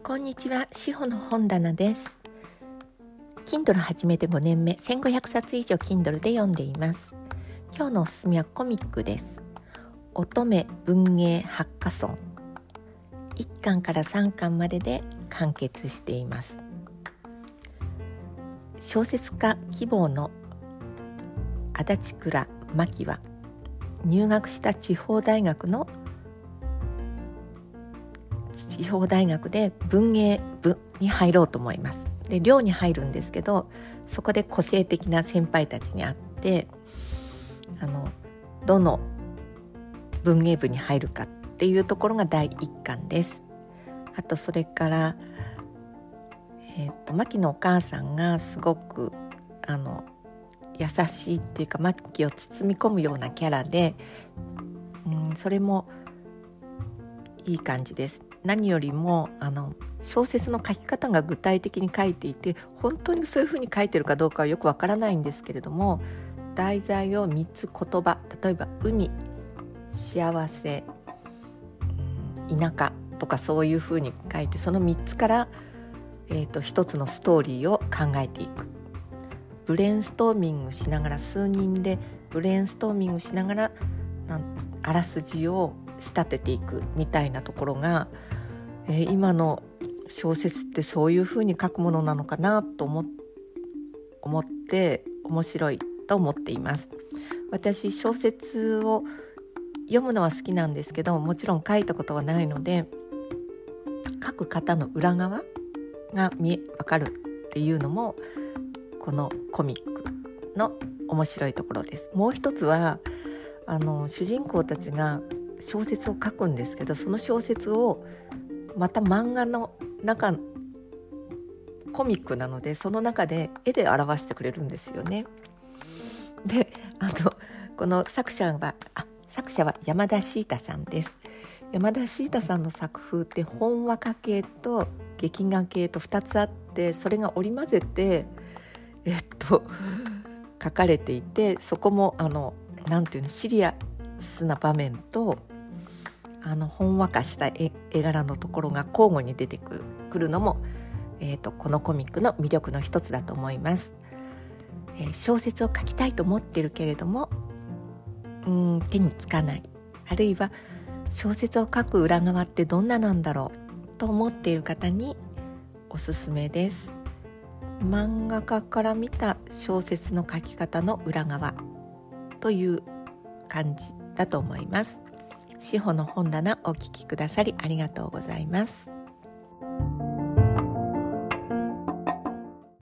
こんにちは、しほの本棚です。Kindle 始めて5年目、1500冊以上 Kindle で読んでいます。今日のおすすめはコミックです。乙女文芸ハッカソン、1巻から3巻までで完結しています。小説家希望の足立倉真希は入学した地方大学で文芸部に入ろうと思います。で、寮に入るんですけど、そこで個性的な先輩たちに会って、どの文芸部に入るかっていうところが第1巻です。あとそれからマキのお母さんがすごく優しいっていうか、マキを包み込むようなキャラで、それもいい感じです。何よりも小説の書き方が具体的に書いていて、本当にそういうふうに書いてるかどうかはよくわからないんですけれども、題材を3つ言葉、例えば海、幸せ、田舎とかそういうふうに書いて、その3つから一つのストーリーを考えていく。ブレインストーミングしながら、数人でブレインストーミングしながらあらすじを仕立てていくみたいなところが、今の小説ってそういうふうに書くものなのかなと思って面白いと思っています。私小説を読むのは好きなんですけど、もちろん書いたことはないので、書く方の裏側が分かるっていうのもこのコミックの面白いところです。もう一つは主人公たちが小説を書くんですけど、その小説をまた漫画の中、コミックなのでその中で絵で表してくれるんですよね。で、この作者は山田シータさんです。山田シータさんの作風って本話家系と劇画系と2つあって、それが織り交ぜて書かれていて、そこもなんていうの、シリアスな場面とほんわかした絵柄のところが交互に出てくるのも、このコミックの魅力の一つだと思います。小説を書きたいと思ってるけれども手につかない、あるいは小説を書く裏側ってどんななんだろうと思っている方におすすめです。漫画家から見た小説の書き方の裏側という感じだと思います。しほの本棚お聞きくださりありがとうございます。